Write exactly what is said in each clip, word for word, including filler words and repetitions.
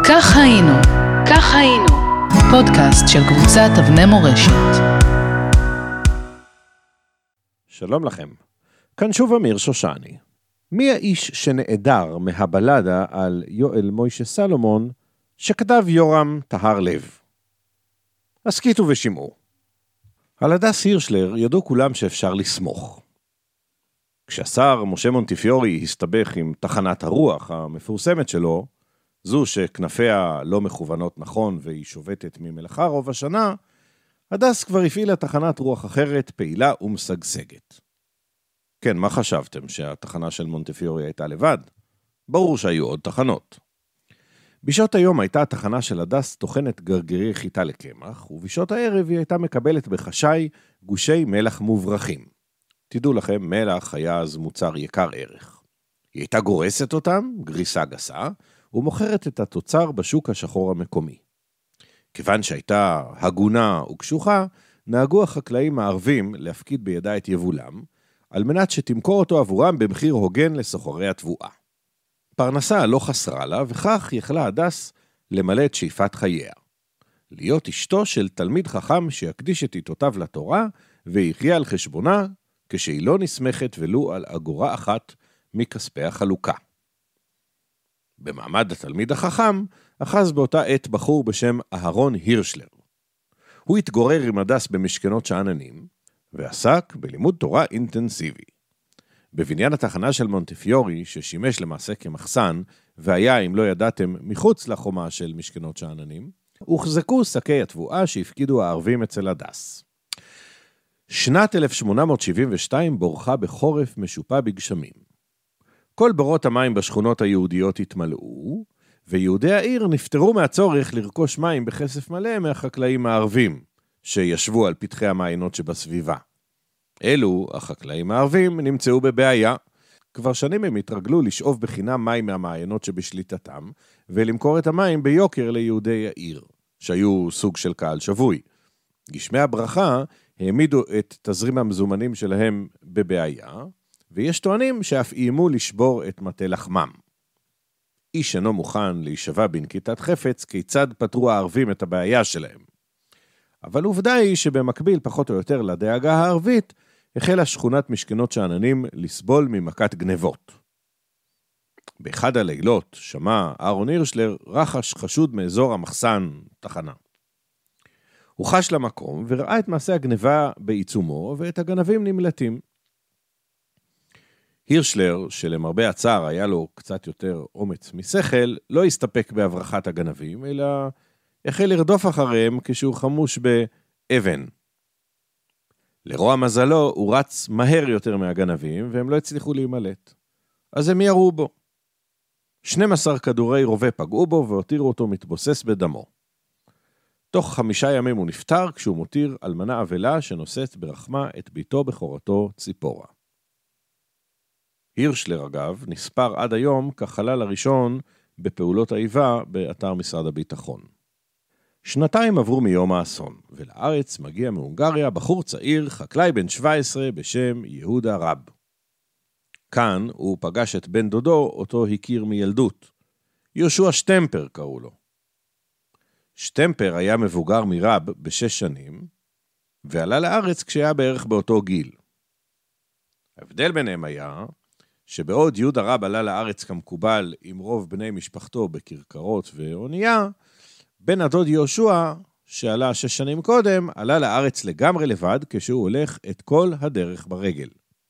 כך היינו, כך היינו, פודקאסט של קבוצת אבני מורשת. שלום לכם, כאן שוב אמיר שושני. מי האיש שנעדר מהבלדה על יואל מוישה סלומון שכתב יורם טהר לב? הסכיתו ושמעו. על הדס הירשלר ידעו כולם שאפשר לסמוך. כשהשר משה מונטיפיורי הסתבך עם תחנת הרוח המפורסמת שלו, זו שכנפיה לא מכוונות נכון והיא שובטת ממלאכה רוב השנה, הדס כבר הפעילה תחנת רוח אחרת, פעילה ומשגשגת. כן, מה חשבתם? שהתחנה של מונטיפיורי הייתה לבד? ברור שהיו עוד תחנות. בשעות היום הייתה התחנה של הדס תוכנת גרגרי חיטה לקמח, ובשעות הערב היא הייתה מקבלת בחשאי גושי מלח מוברחים. תדעו לכם, מלח היה אז מוצר יקר ערך. היא הייתה גורסת אותם, גריסה גסה, ומוכרת את התוצר בשוק השחור המקומי. כיוון שהייתה הגונה וקשוחה, נהגו החקלאים הערבים להפקיד בידה את יבולם, על מנת שתמכור אותו עבורם במחיר הוגן לסוחרי התבואה. פרנסה לא חסרה לה, וכך יכלה הדס למלא את שאיפת חייה. להיות אשתו של תלמיד חכם שיקדיש את עיתותיו לתורה, ויחיה על חשבונה, כשהיא לא נסמכת ולו על אגורה אחת מכספי החלוקה. במעמד התלמיד החכם, אחז באותה עת בחור בשם אהרון הירשלר. הוא התגורר עם הדס במשכנות שאננים, ועסק בלימוד תורה אינטנסיבי. בבניין התחנה של מונטיפיורי, ששימש למעשה כמחסן, והיה, אם לא ידעתם, מחוץ לחומה של משכנות שאננים, הוחזקו שקי התבואה שהפקידו הערבים אצל הדס. שנת אלף שמונה מאות שבעים ושתיים בורחה בחורף משופע בגשמים. כל בורות המים בשכונות היהודיות התמלאו, ויהודי העיר נפטרו מהצורך לרכוש מים בכסף מלא מהחקלאים הערבים, שישבו על פתחי המעיינות שבסביבה. אלו, החקלאים הערבים, נמצאו בבעיה. כבר שנים הם התרגלו לשאוב בחינם מים מהמעיינות שבשליטתם, ולמכור את המים ביוקר ליהודי העיר, שהיו סוג של קהל שבוי. גשמי הברכה העמידו את תזרים המזומנים שלהם בבעיה, ויש טוענים שאף איימו לשבור את מטה לחמם. איש אינו מוכן להישבע בנקיטת חפץ כיצד פתרו הערבים את הבעיה שלהם. אבל עובדה היא שבמקביל פחות או יותר לדאגה הערבית, החלה שכונת משכנות שאננים לסבול ממכת גנבות. באחד הלילות שמע אהרון הירשלר רחש חשוד מאזור המחסן תחנה. הוא חש למקום וראה את מעשה הגנבה בעיצומו ואת הגנבים נמלטים. הירשלר, שלמרבה הצער היה לו קצת יותר אומץ משכל, לא הסתפק בהברחת הגנבים, אלא החל לרדוף אחריהם כשהוא חמוש באבן. לרוע מזלו, הוא רץ מהר יותר מהגנבים, והם לא הצליחו להימלט. אז הם ירו בו. שנים עשר כדורי רובה פגעו בו, והותירו אותו מתבוסס בדמו. תוך חמישה ימים הוא נפטר, כשהוא מותיר אלמנה אבלה שנושאת ברחמה את ביתו בכורתו ציפורה. הירשלר, אגב, נספר עד היום כחלל הראשון בפעולות האיבה באתר משרד הביטחון. שנתיים עברו מיום האסון, ולארץ מגיע מהונגריה בחור צעיר, חקלאי בן שבע עשרה בשם יהודה רב. כאן הוא פגש את בן דודו, אותו הכיר מילדות. יהושע שטמפר קראו לו. שטמפר היה מבוגר מרב בשש שנים, ועלה לארץ כשהיה בערך באותו גיל. ההבדל ביניהם היה שבעוד יהודה רב עלה לארץ כמקובל עם רוב בני משפחתו בקרקרות ואונייה, בן הדוד יהושע, שעלה שש שנים קודם, עלה לארץ לגמרי לבד כשהוא הולך את כל הדרך ברגל.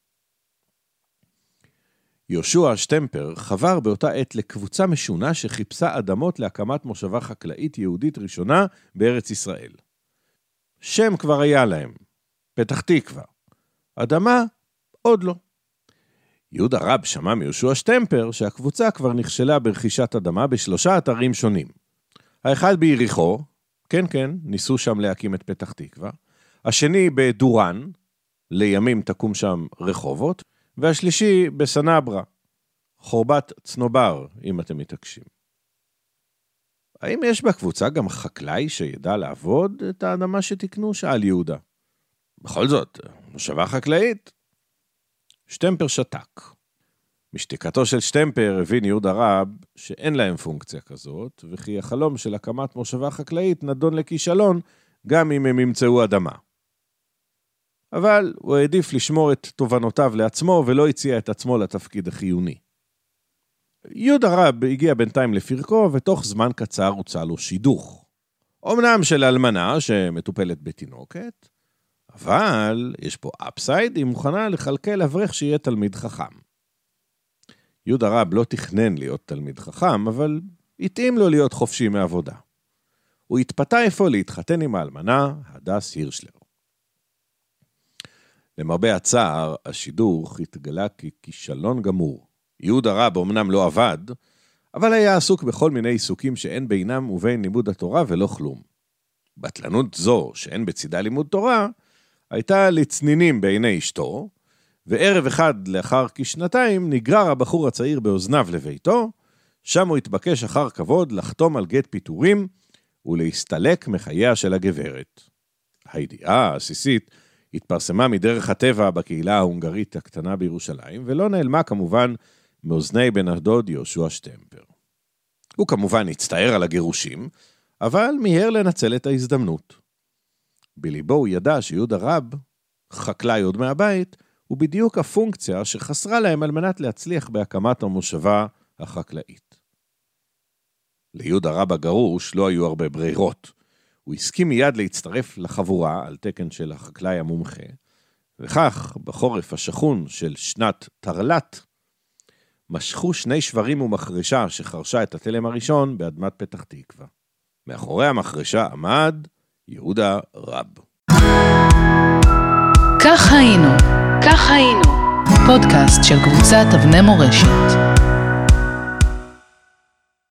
יהושע שטמפר חבר באותה עת לקבוצה משונה שחיפשה אדמות להקמת מושבה חקלאית יהודית ראשונה בארץ ישראל. שם כבר היה להם, פתח תקווה. אדמה עוד לא. יהודה רב שמע מיהושע שטמפר שהקבוצה כבר נכשלה ברכישת אדמה בשלושה אתרים שונים. האחד ביריחו, כן כן, ניסו שם להקים את פתח תקווה. השני בדורן, לימים תקום שם רחובות. והשלישי בסנברה, חורבת צנובר, אם אתם מתעקשים. האם יש בקבוצה גם חקלאי שידע לעבוד את האדמה שתקנו? שאל יהודה. בכל זאת, מושבה חקלאית. שטמפר שתק. משתיקתו של שטמפר הבין יהודה רב שאין להם פונקציה כזאת, וכי החלום של הקמת מושבה חקלאית נדון לכישלון, גם אם הם ימצאו אדמה. אבל הוא העדיף לשמור את תובנותיו לעצמו, ולא הציע את עצמו לתפקיד החיוני. יהודה רב הגיע בינתיים לפרקו, ותוך זמן קצר הוצא לו שידוך. אמנם של אלמנה שמטופלת בתינוקת, אבל יש פה אפסייד, היא מוכנה לכלכל אברך שיהיה תלמיד חכם. יהודה רב לא תכנן להיות תלמיד חכם, אבל התאים לו להיות חופשי מעבודה. הוא התפתה איפה להתחתן עם האלמנה, הדס הירשלר. למרבה הצער, השידוך התגלה ככישלון גמור. יהודה רב אמנם לא עבד, אבל היה עסוק בכל מיני עיסוקים שאין בינם ובין לימוד התורה ולא כלום. בטלנות זו, שאין בצידה לימוד תורה, הייתה לצנינים בעיני אשתו, וערב אחד לאחר כשנתיים נגרר הבחור הצעיר באוזניו לביתו, שם הוא התבקש אחר כבוד לחתום על גט פיטורים ולהסתלק מחייה של הגברת. הידיעה העסיסית התפרסמה מדרך הטבע בקהילה ההונגרית הקטנה בירושלים, ולא נעלמה כמובן מאוזני בן הדוד יהושע שטמפר. הוא כמובן הצטער על הגירושים, אבל מיהר לנצל את ההזדמנות. בליבו הוא ידע שיהודה רב, חקלאי עוד מהבית, הוא בדיוק הפונקציה שחסרה להם על מנת להצליח בהקמת המושבה החקלאית. ליהודה רב הגרוש לא היו הרבה ברירות. הוא הסכים מיד להצטרף לחבורה על תקן של החקלאי המומחה, וכך בחורף השכון של שנת תרל"ט, משכו שני שברים ומחרשה שחרשה את התלם הראשון באדמת פתח תקווה. מאחורי המחרשה עמד יהודה רב. כך היינו, כך היינו, פודקאסט של קבוצת אבני מורשת.